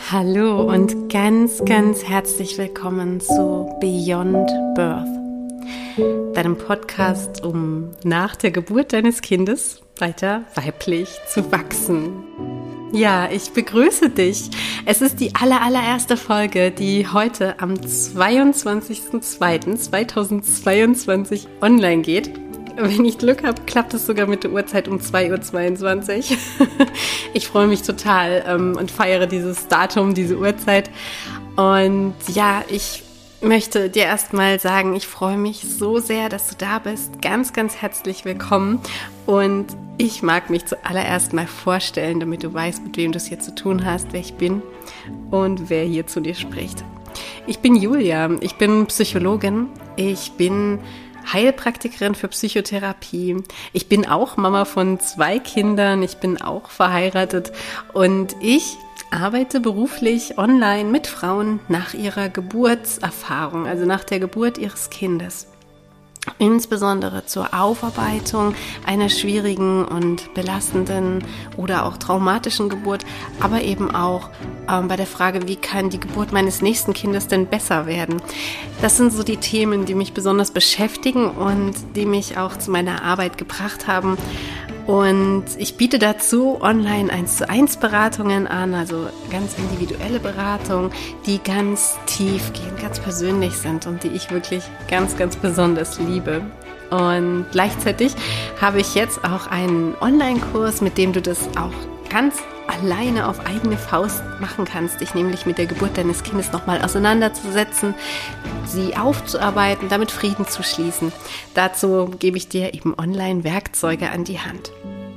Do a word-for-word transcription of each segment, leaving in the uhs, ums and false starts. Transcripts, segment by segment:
Hallo und ganz, ganz herzlich willkommen zu Beyond Birth, deinem Podcast, um nach der Geburt deines Kindes weiter weiblich zu wachsen. Ja, ich begrüße dich. Es ist die aller, allererste Folge, die heute am zweiundzwanzigsten zweiten zweitausendzweiundzwanzig online geht. Wenn ich Glück habe, klappt es sogar mit der Uhrzeit um zwei Uhr zweiundzwanzig. Ich freue mich total ähm, und feiere dieses Datum, diese Uhrzeit. Und ja, ich möchte dir erstmal sagen, ich freue mich so sehr, dass du da bist. Ganz, ganz herzlich willkommen. Und ich mag mich zuallererst mal vorstellen, damit du weißt, mit wem du es hier zu tun hast, wer ich bin und wer hier zu dir spricht. Ich bin Julia, ich bin Psychologin, ich bin Heilpraktikerin für Psychotherapie. Ich bin auch Mama von zwei Kindern, ich bin auch verheiratet und ich arbeite beruflich online mit Frauen nach ihrer Geburtserfahrung, also nach der Geburt ihres Kindes. Insbesondere zur Aufarbeitung einer schwierigen und belastenden oder auch traumatischen Geburt, aber eben auch ähm, bei der Frage, wie kann die Geburt meines nächsten Kindes denn besser werden? Das sind so die Themen, die mich besonders beschäftigen und die mich auch zu meiner Arbeit gebracht haben. Und ich biete dazu online eins zu eins Beratungen an, also ganz individuelle Beratungen, die ganz tief gehen, ganz persönlich sind und die ich wirklich ganz, ganz besonders liebe. Und gleichzeitig habe ich jetzt auch einen Online-Kurs, mit dem du das auch ganz alleine auf eigene Faust machen kannst, dich nämlich mit der Geburt deines Kindes nochmal auseinanderzusetzen, sie aufzuarbeiten, damit Frieden zu schließen. Dazu gebe ich dir eben online Werkzeuge an die Hand.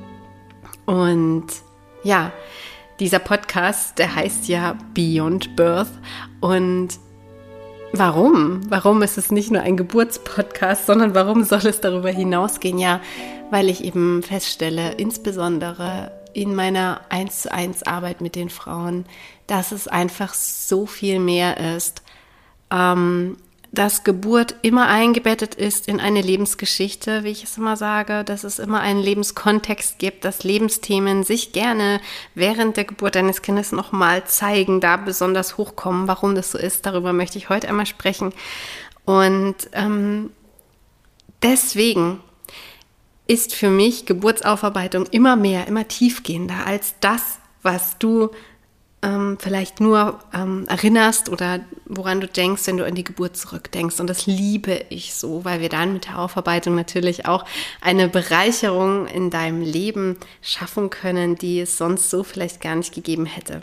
Und ja, dieser Podcast, der heißt ja Beyond Birth. Und warum? Warum ist es nicht nur ein Geburtspodcast, sondern warum soll es darüber hinausgehen? Ja, weil ich eben feststelle, insbesondere in meiner eins zu eins Arbeit mit den Frauen, dass es einfach so viel mehr ist, ähm, dass Geburt immer eingebettet ist in eine Lebensgeschichte, wie ich es immer sage, dass es immer einen Lebenskontext gibt, dass Lebensthemen sich gerne während der Geburt eines Kindes nochmal zeigen, da besonders hochkommen. Warum das so ist, darüber möchte ich heute einmal sprechen. Und ähm, deswegen ist für mich Geburtsaufarbeitung immer mehr, immer tiefgehender als das, was du ähm, vielleicht nur ähm, erinnerst oder woran du denkst, wenn du an die Geburt zurückdenkst. Und das liebe ich so, weil wir dann mit der Aufarbeitung natürlich auch eine Bereicherung in deinem Leben schaffen können, die es sonst so vielleicht gar nicht gegeben hätte.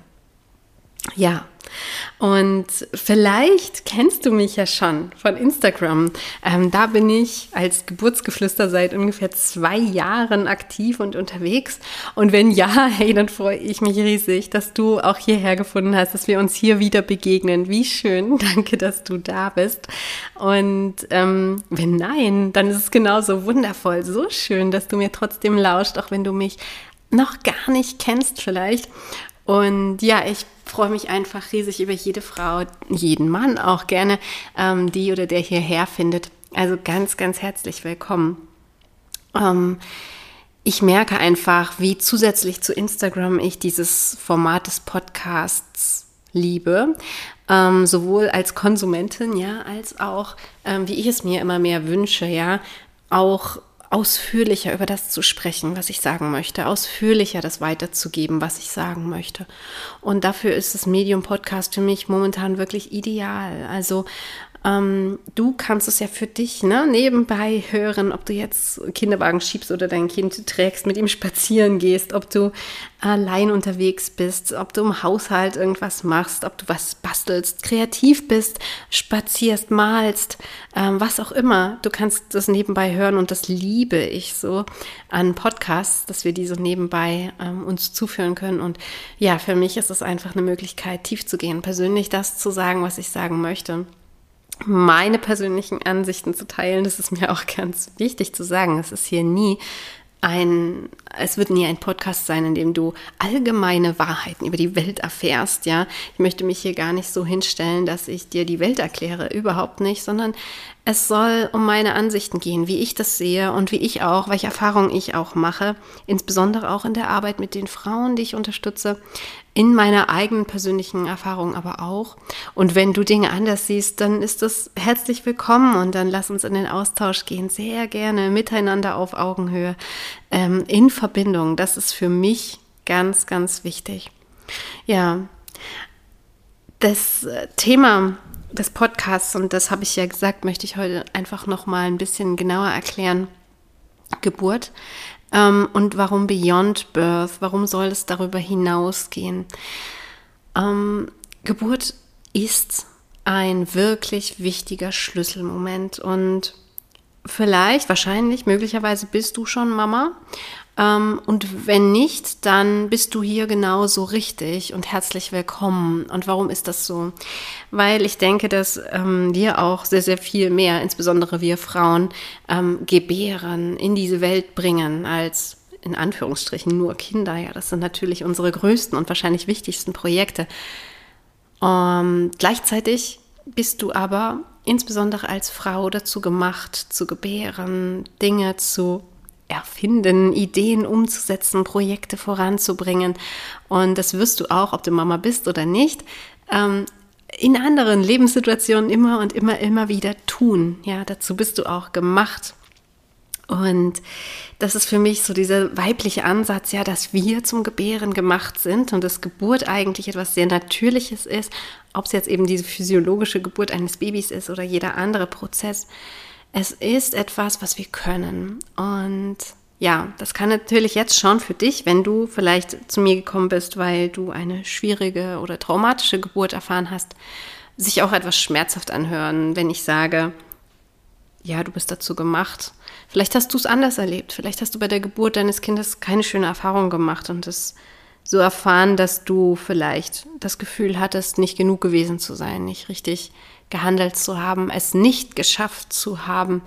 Ja, und vielleicht kennst du mich ja schon von Instagram. Ähm, da bin ich als Geburtsgeflüster seit ungefähr zwei Jahren aktiv und unterwegs. Und wenn ja, hey, dann freue ich mich riesig, dass du auch hierher gefunden hast, dass wir uns hier wieder begegnen. Wie schön, danke, dass du da bist. Und ähm, wenn nein, dann ist es genauso wundervoll, so schön, dass du mir trotzdem lauscht, auch wenn du mich noch gar nicht kennst vielleicht. Und ja, ich freue mich einfach riesig über jede Frau, jeden Mann auch gerne, ähm, die oder der hierher findet. Also ganz, ganz herzlich willkommen. Ähm, ich merke einfach, wie zusätzlich zu Instagram ich dieses Format des Podcasts liebe, ähm, sowohl als Konsumentin, ja, als auch, ähm, wie ich es mir immer mehr wünsche, ja, auch ausführlicher über das zu sprechen, was ich sagen möchte, ausführlicher das weiterzugeben, was ich sagen möchte. Und dafür ist das Medium Podcast für mich momentan wirklich ideal. Also ähm, du kannst es ja für dich ne, nebenbei hören, ob du jetzt Kinderwagen schiebst oder dein Kind trägst, mit ihm spazieren gehst, ob du allein unterwegs bist, ob du im Haushalt irgendwas machst, ob du was bastelst, kreativ bist, spazierst, malst, ähm, was auch immer. Du kannst das nebenbei hören und das liebe ich so an Podcasts, dass wir die so nebenbei ähm, uns zuführen können. Und ja, für mich ist es einfach eine Möglichkeit, tief zu gehen, persönlich das zu sagen, was ich sagen möchte. Meine persönlichen Ansichten zu teilen, das ist mir auch ganz wichtig zu sagen. Es ist hier nie ein, es wird nie ein Podcast sein, in dem du allgemeine Wahrheiten über die Welt erfährst, ja. Ich möchte mich hier gar nicht so hinstellen, dass ich dir die Welt erkläre, überhaupt nicht, sondern es soll um meine Ansichten gehen, wie ich das sehe und wie ich auch, welche Erfahrungen ich auch mache, insbesondere auch in der Arbeit mit den Frauen, die ich unterstütze, in meiner eigenen persönlichen Erfahrung aber auch. Und wenn du Dinge anders siehst, dann ist das herzlich willkommen und dann lass uns in den Austausch gehen, sehr gerne miteinander auf Augenhöhe, ähm, in Verbindung. Das ist für mich ganz, ganz wichtig. Ja, das Thema des Podcasts, und das habe ich ja gesagt, möchte ich heute einfach noch mal ein bisschen genauer erklären. Geburt. Ähm, und warum Beyond Birth? Warum soll es darüber hinausgehen? Ähm, Geburt ist ein wirklich wichtiger Schlüsselmoment und vielleicht, wahrscheinlich, möglicherweise bist du schon Mama. Ähm, und wenn nicht, dann bist du hier genauso richtig und herzlich willkommen. Und warum ist das so? Weil ich denke, dass ähm, wir auch sehr, sehr viel mehr, insbesondere wir Frauen, ähm, gebären, in diese Welt bringen als in Anführungsstrichen nur Kinder. Ja, das sind natürlich unsere größten und wahrscheinlich wichtigsten Projekte. Ähm, gleichzeitig bist du aber insbesondere als Frau dazu gemacht, zu gebären, Dinge zu erfinden, Ideen umzusetzen, Projekte voranzubringen. Und das wirst du auch, ob du Mama bist oder nicht, ähm, in anderen Lebenssituationen immer und immer, immer wieder tun. Ja, dazu bist du auch gemacht. Und das ist für mich so dieser weibliche Ansatz, ja, dass wir zum Gebären gemacht sind und dass Geburt eigentlich etwas sehr Natürliches ist, ob es jetzt eben diese physiologische Geburt eines Babys ist oder jeder andere Prozess. Es ist etwas, was wir können. Und ja, das kann natürlich jetzt schon für dich, wenn du vielleicht zu mir gekommen bist, weil du eine schwierige oder traumatische Geburt erfahren hast, sich auch etwas schmerzhaft anhören, wenn ich sage, ja, du bist dazu gemacht. Vielleicht hast du es anders erlebt. Vielleicht hast du bei der Geburt deines Kindes keine schöne Erfahrung gemacht und es so erfahren, dass du vielleicht das Gefühl hattest, nicht genug gewesen zu sein, nicht richtig gehandelt zu haben, es nicht geschafft zu haben.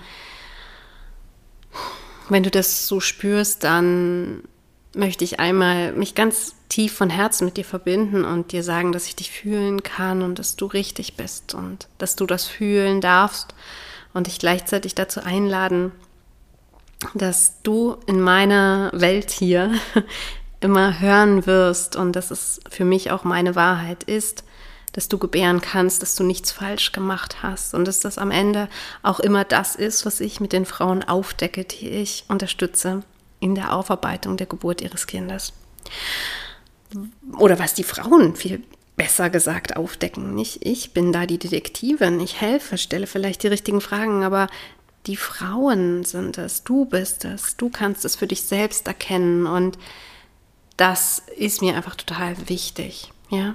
Wenn du das so spürst, dann möchte ich einmal mich ganz tief von Herzen mit dir verbinden und dir sagen, dass ich dich fühlen kann und dass du richtig bist und dass du das fühlen darfst und dich gleichzeitig dazu einladen, dass du in meiner Welt hier immer hören wirst und dass es für mich auch meine Wahrheit ist, dass du gebären kannst, dass du nichts falsch gemacht hast und dass das am Ende auch immer das ist, was ich mit den Frauen aufdecke, die ich unterstütze in der Aufarbeitung der Geburt ihres Kindes. Oder was die Frauen viel besser gesagt aufdecken. Nicht ich bin da die Detektivin, ich helfe, stelle vielleicht die richtigen Fragen, aber die Frauen sind es, du bist es, du kannst es für dich selbst erkennen und das ist mir einfach total wichtig, ja.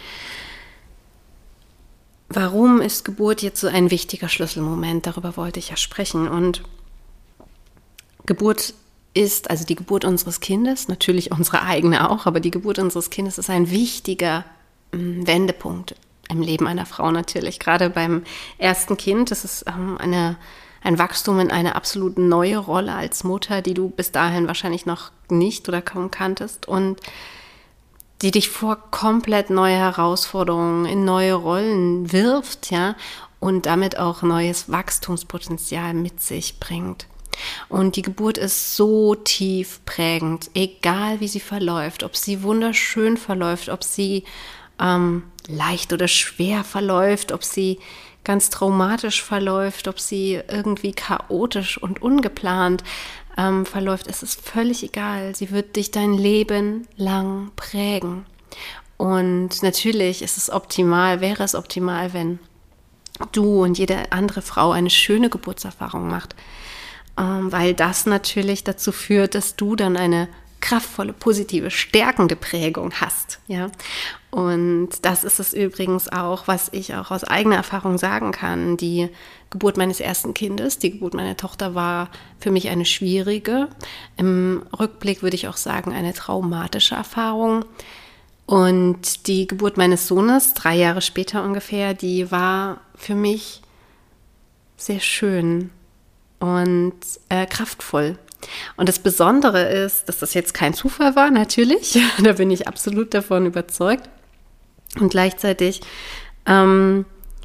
Warum ist Geburt jetzt so ein wichtiger Schlüsselmoment? Darüber wollte ich ja sprechen. Und Geburt ist, also die Geburt unseres Kindes, natürlich unsere eigene auch, aber die Geburt unseres Kindes ist ein wichtiger ähm, Wendepunkt im Leben einer Frau natürlich. Gerade beim ersten Kind, das ist ähm, eine, ein Wachstum in eine absolut neue Rolle als Mutter, die du bis dahin wahrscheinlich noch nicht oder kaum kanntest und die dich vor komplett neue Herausforderungen in neue Rollen wirft, ja, und damit auch neues Wachstumspotenzial mit sich bringt. Und die Geburt ist so tief prägend, egal wie sie verläuft, ob sie wunderschön verläuft, ob sie ähm, leicht oder schwer verläuft, ob sie ganz traumatisch verläuft, ob sie irgendwie chaotisch und ungeplant ähm, verläuft, es ist völlig egal. Sie wird dich dein Leben lang prägen. Und natürlich ist es optimal, wäre es optimal, wenn du und jede andere Frau eine schöne Geburtserfahrung macht, ähm, weil das natürlich dazu führt, dass du dann eine kraftvolle, positive, stärkende Prägung hast, ja. Und das ist es übrigens auch, was ich auch aus eigener Erfahrung sagen kann. Die Geburt meines ersten Kindes, die Geburt meiner Tochter war für mich eine schwierige, im Rückblick würde ich auch sagen, eine traumatische Erfahrung. Und die Geburt meines Sohnes, drei Jahre später ungefähr, die war für mich sehr schön und äh, kraftvoll. Und das Besondere ist, dass das jetzt kein Zufall war, natürlich. Da bin ich absolut davon überzeugt. Und gleichzeitig ähm,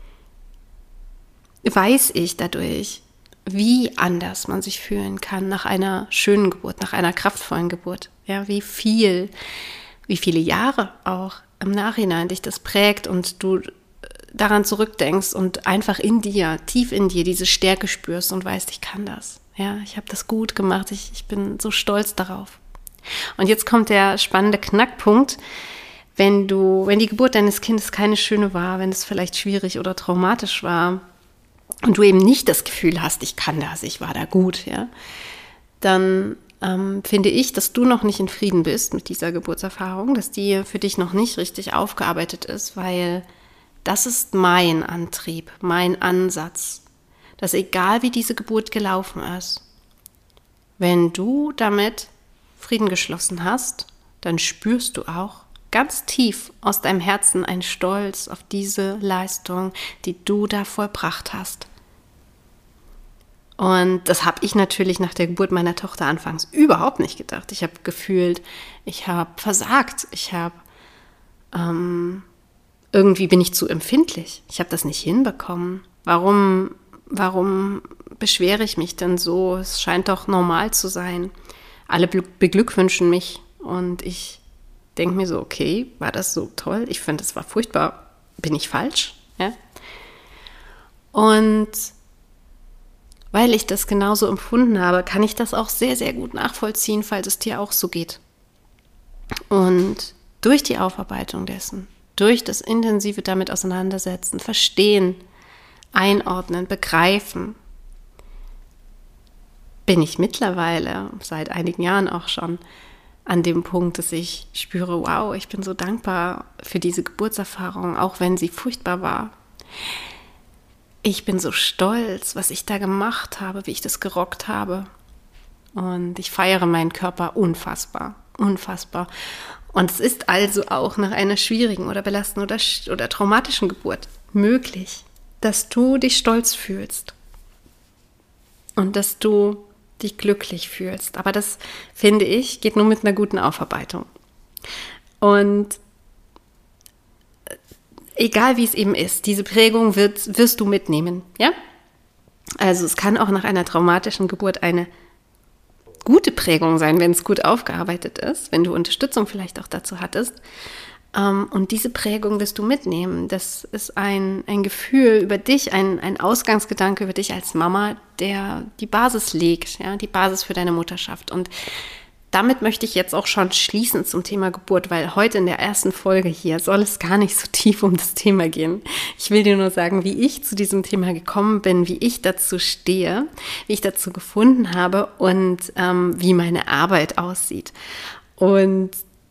weiß ich dadurch, wie anders man sich fühlen kann nach einer schönen Geburt, nach einer kraftvollen Geburt. Ja, wie viel, wie viele Jahre auch im Nachhinein dich das prägt und du daran zurückdenkst und einfach in dir, tief in dir diese Stärke spürst und weißt, ich kann das. Ja, ich habe das gut gemacht, ich, ich bin so stolz darauf. Und jetzt kommt der spannende Knackpunkt, wenn du, wenn die Geburt deines Kindes keine schöne war, wenn es vielleicht schwierig oder traumatisch war und du eben nicht das Gefühl hast, ich kann das, ich war da gut, ja, dann ähm, finde ich, dass du noch nicht in Frieden bist mit dieser Geburtserfahrung, dass die für dich noch nicht richtig aufgearbeitet ist, weil das ist mein Antrieb, mein Ansatz, dass egal wie diese Geburt gelaufen ist, wenn du damit Frieden geschlossen hast, dann spürst du auch ganz tief aus deinem Herzen einen Stolz auf diese Leistung, die du da vollbracht hast. Und das habe ich natürlich nach der Geburt meiner Tochter anfangs überhaupt nicht gedacht. Ich habe gefühlt, ich habe versagt, ich habe ähm, irgendwie bin ich zu empfindlich. Ich habe das nicht hinbekommen. Warum, warum beschwere ich mich denn so? Es scheint doch normal zu sein. Alle beglückwünschen mich und ich denke mir so, okay, war das so toll? Ich finde, es war furchtbar. Bin ich falsch? Ja? Und weil ich das genauso empfunden habe, kann ich das auch sehr, sehr gut nachvollziehen, falls es dir auch so geht. Und durch die Aufarbeitung dessen, durch das intensive damit auseinandersetzen, verstehen, einordnen, begreifen, bin ich mittlerweile, seit einigen Jahren auch schon, an dem Punkt, dass ich spüre, wow, ich bin so dankbar für diese Geburtserfahrung, auch wenn sie furchtbar war. Ich bin so stolz, was ich da gemacht habe, wie ich das gerockt habe. Und ich feiere meinen Körper unfassbar, unfassbar. Und es ist also auch nach einer schwierigen oder belastenden oder, oder traumatischen Geburt möglich, dass du dich stolz fühlst und dass du dich glücklich fühlst. Aber das, finde ich, geht nur mit einer guten Aufarbeitung. Und egal wie es eben ist, diese Prägung wird, wirst du mitnehmen. Ja? Also es kann auch nach einer traumatischen Geburt eine gute Prägung sein, wenn es gut aufgearbeitet ist, wenn du Unterstützung vielleicht auch dazu hattest. Und diese Prägung wirst du mitnehmen. Das ist ein, ein Gefühl über dich, ein, ein Ausgangsgedanke über dich als Mama, der die Basis legt, ja, die Basis für deine Mutterschaft. Und damit möchte ich jetzt auch schon schließen zum Thema Geburt, weil heute in der ersten Folge hier soll es gar nicht so tief um das Thema gehen. Ich will dir nur sagen, wie ich zu diesem Thema gekommen bin, wie ich dazu stehe, wie ich dazu gefunden habe und ähm, wie meine Arbeit aussieht. Und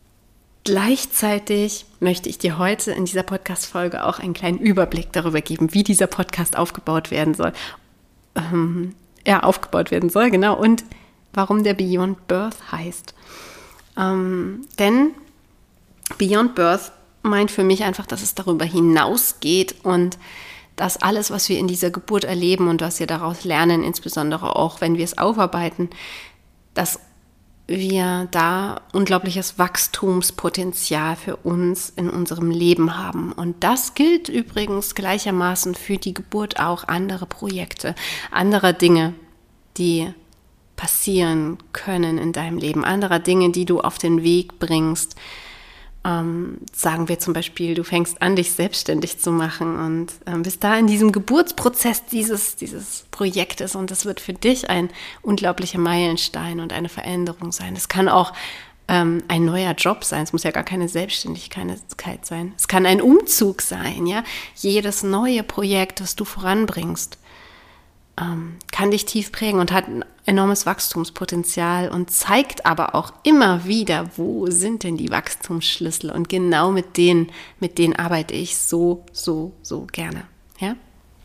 gleichzeitig möchte ich dir heute in dieser Podcast-Folge auch einen kleinen Überblick darüber geben, wie dieser Podcast aufgebaut werden soll. Ähm, ja, aufgebaut werden soll, genau. Und warum der Beyond Birth heißt. Ähm, denn Beyond Birth meint für mich einfach, dass es darüber hinausgeht und dass alles, was wir in dieser Geburt erleben und was wir daraus lernen, insbesondere auch, wenn wir es aufarbeiten, dass wir da unglaubliches Wachstumspotenzial für uns in unserem Leben haben. Und das gilt übrigens gleichermaßen für die Geburt auch anderer Projekte, anderer Dinge, die passieren können in deinem Leben, anderer Dinge, die du auf den Weg bringst. Ähm, sagen wir zum Beispiel, du fängst an, dich selbstständig zu machen und ähm, bist da in diesem Geburtsprozess dieses, dieses Projektes und das wird für dich ein unglaublicher Meilenstein und eine Veränderung sein. Es kann auch ähm, ein neuer Job sein, es muss ja gar keine Selbstständigkeit sein. Es kann ein Umzug sein, ja. Jedes neue Projekt, das du voranbringst, ähm, kann dich tief prägen und hat ein enormes Wachstumspotenzial und zeigt aber auch immer wieder, wo sind denn die Wachstumsschlüssel und genau mit denen, mit denen arbeite ich so, so, so gerne, ja?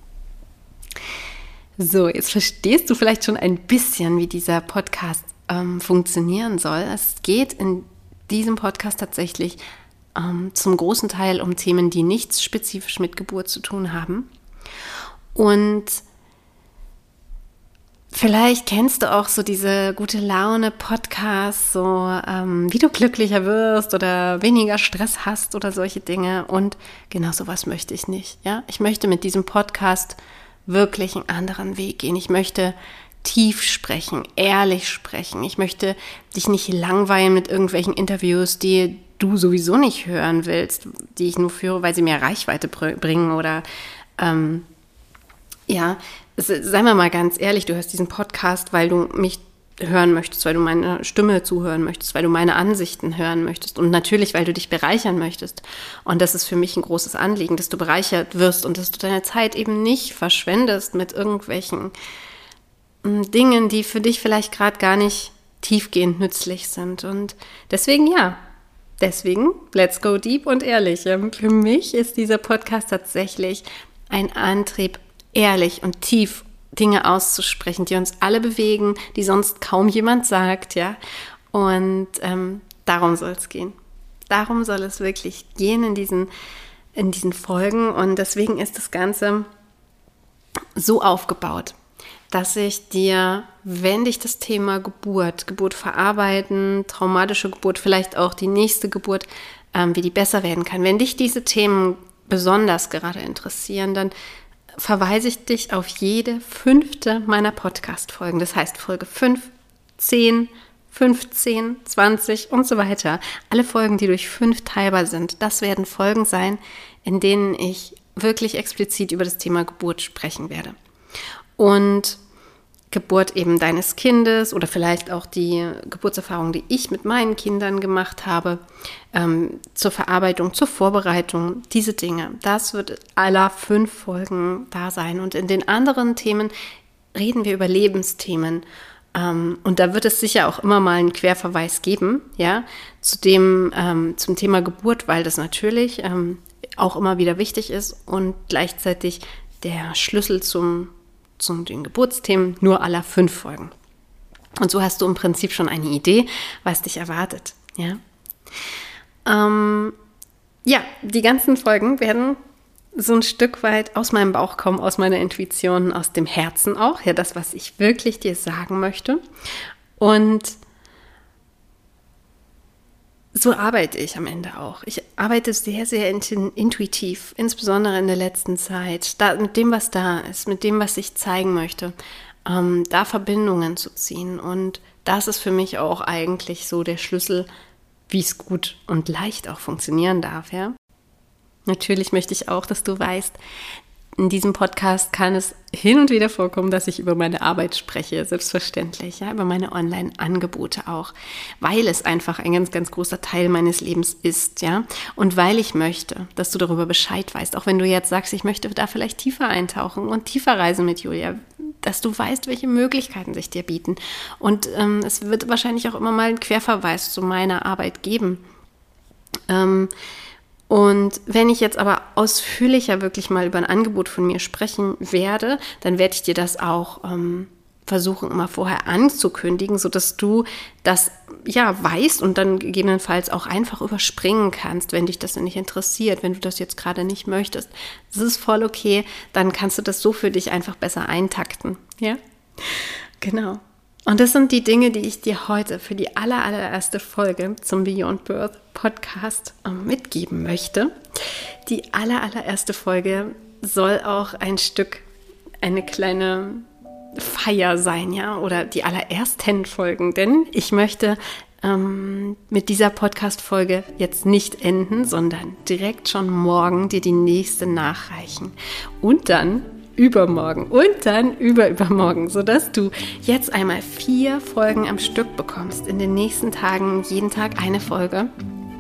So, jetzt verstehst du vielleicht schon ein bisschen, wie dieser Podcast ähm, funktionieren soll. Es geht in diesem Podcast tatsächlich ähm, zum großen Teil um Themen, die nichts spezifisch mit Geburt zu tun haben und Vielleicht kennst du auch so diese gute Laune Podcasts, so ähm, wie du glücklicher wirst oder weniger Stress hast oder solche Dinge. Und genau sowas möchte ich nicht. Ja, ich möchte mit diesem Podcast wirklich einen anderen Weg gehen. Ich möchte tief sprechen, ehrlich sprechen. Ich möchte dich nicht langweilen mit irgendwelchen Interviews, die du sowieso nicht hören willst, die ich nur führe, weil sie mir Reichweite bringen oder ähm, ja. Seien wir mal ganz ehrlich, du hörst diesen Podcast, weil du mich hören möchtest, weil du meine Stimme zuhören möchtest, weil du meine Ansichten hören möchtest und natürlich, weil du dich bereichern möchtest. Und das ist für mich ein großes Anliegen, dass du bereichert wirst und dass du deine Zeit eben nicht verschwendest mit irgendwelchen Dingen, die für dich vielleicht gerade gar nicht tiefgehend nützlich sind. Und deswegen ja, deswegen let's go deep und ehrlich. Für mich ist dieser Podcast tatsächlich ein Antrieb, ehrlich und tief Dinge auszusprechen, die uns alle bewegen, die sonst kaum jemand sagt, ja. Und ähm, darum soll es gehen. Darum soll es wirklich gehen in diesen, in diesen Folgen. Und deswegen ist das Ganze so aufgebaut, dass ich dir, wenn dich das Thema Geburt, Geburt verarbeiten, traumatische Geburt, vielleicht auch die nächste Geburt, ähm, wie die besser werden kann, wenn dich diese Themen besonders gerade interessieren, dann verweise ich dich auf jede fünfte meiner Podcast-Folgen. Das heißt Folge fünf, zehn, fünfzehn, zwanzig und so weiter. Alle Folgen, die durch fünf teilbar sind, das werden Folgen sein, in denen ich wirklich explizit über das Thema Geburt sprechen werde. Und Geburt eben deines Kindes oder vielleicht auch die Geburtserfahrung, die ich mit meinen Kindern gemacht habe, ähm, zur Verarbeitung, zur Vorbereitung, diese Dinge. Das wird aller fünf Folgen da sein. Und in den anderen Themen reden wir über Lebensthemen. Ähm, und da wird es sicher auch immer mal einen Querverweis geben, ja, zu dem, ähm, zum Thema Geburt, weil das natürlich ähm, auch immer wieder wichtig ist und gleichzeitig der Schlüssel zum zu den Geburtsthemen nur aller fünf Folgen. Und so hast du im Prinzip schon eine Idee, was dich erwartet. Ja, ähm, ja, die ganzen Folgen werden so ein Stück weit aus meinem Bauch kommen, aus meiner Intuition, aus dem Herzen auch. Ja, das, was ich wirklich dir sagen möchte. Und so arbeite ich am Ende auch. Ich arbeite sehr, sehr intuitiv, insbesondere in der letzten Zeit, da, mit dem, was da ist, mit dem, was ich zeigen möchte, ähm, da Verbindungen zu ziehen. Und das ist für mich auch eigentlich so der Schlüssel, wie es gut und leicht auch funktionieren darf. Ja? Natürlich möchte ich auch, dass du weißt, in diesem Podcast kann es hin und wieder vorkommen, dass ich über meine Arbeit spreche, selbstverständlich, ja, über meine Online-Angebote auch, weil es einfach ein ganz, ganz großer Teil meines Lebens ist, ja, und weil ich möchte, dass du darüber Bescheid weißt, auch wenn du jetzt sagst, ich möchte da vielleicht tiefer eintauchen und tiefer reisen mit Julia, dass du weißt, welche Möglichkeiten sich dir bieten. Und ähm, es wird wahrscheinlich auch immer mal einen Querverweis zu meiner Arbeit geben. Ähm, Und wenn ich jetzt aber ausführlicher wirklich mal über ein Angebot von mir sprechen werde, dann werde ich dir das auch ähm, versuchen, immer vorher anzukündigen, sodass du das ja weißt und dann gegebenenfalls auch einfach überspringen kannst, wenn dich das nicht interessiert, wenn du das jetzt gerade nicht möchtest. Das ist voll okay, dann kannst du das so für dich einfach besser eintakten. Ja, genau. Und das sind die Dinge, die ich dir heute für die aller, allererste Folge zum Beyond Birth Podcast mitgeben möchte. Die aller, allererste Folge soll auch ein Stück, eine kleine Feier sein, ja, oder die allerersten Folgen, denn ich möchte ähm, mit dieser Podcast-Folge jetzt nicht enden, sondern direkt schon morgen dir die nächste nachreichen und dann übermorgen und dann überübermorgen, sodass du jetzt einmal vier Folgen am Stück bekommst. In den nächsten Tagen jeden Tag eine Folge.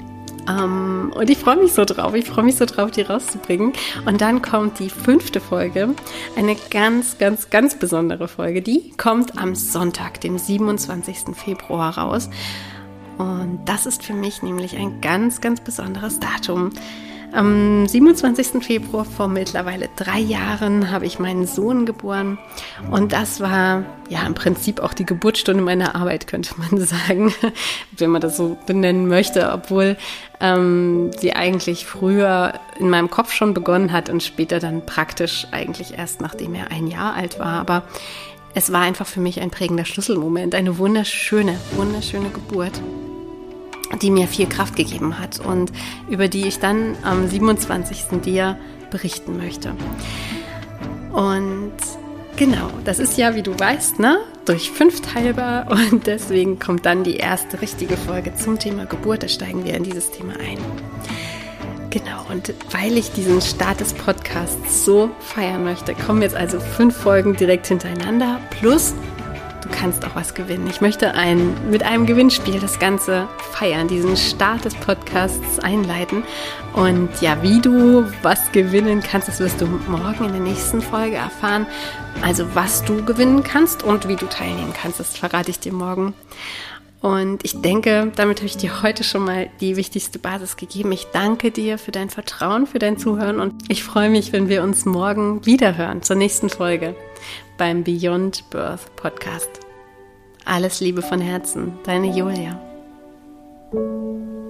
Um, und ich freue mich so drauf. Ich freue mich so drauf, die rauszubringen. Und dann kommt die fünfte Folge. Eine ganz, ganz, ganz besondere Folge. Die kommt am Sonntag, dem siebenundzwanzigsten Februar raus. Und das ist für mich nämlich ein ganz, ganz besonderes Datum. Am siebenundzwanzigsten Februar vor mittlerweile drei Jahren habe ich meinen Sohn geboren und das war ja im Prinzip auch die Geburtsstunde meiner Arbeit, könnte man sagen, wenn man das so benennen möchte, obwohl ähm, sie eigentlich früher in meinem Kopf schon begonnen hat und später dann praktisch eigentlich erst nachdem er ein Jahr alt war, aber es war einfach für mich ein prägender Schlüsselmoment, eine wunderschöne, wunderschöne Geburt, die mir viel Kraft gegeben hat und über die ich dann am siebenundzwanzigsten dir berichten möchte. Und genau, das ist ja, wie du weißt, ne, durch fünf teilbar und deswegen kommt dann die erste richtige Folge zum Thema Geburt. Da steigen wir in dieses Thema ein. Genau, und weil ich diesen Start des Podcasts so feiern möchte, kommen jetzt also fünf Folgen direkt hintereinander, plus du kannst auch was gewinnen. Ich möchte ein, mit einem Gewinnspiel das Ganze feiern, diesen Start des Podcasts einleiten. Und ja, wie du was gewinnen kannst, das wirst du morgen in der nächsten Folge erfahren. Also was du gewinnen kannst und wie du teilnehmen kannst, das verrate ich dir morgen. Und ich denke, damit habe ich dir heute schon mal die wichtigste Basis gegeben. Ich danke dir für dein Vertrauen, für dein Zuhören und ich freue mich, wenn wir uns morgen wieder hören zur nächsten Folge beim Beyond Birth Podcast. Alles Liebe von Herzen, deine Julia.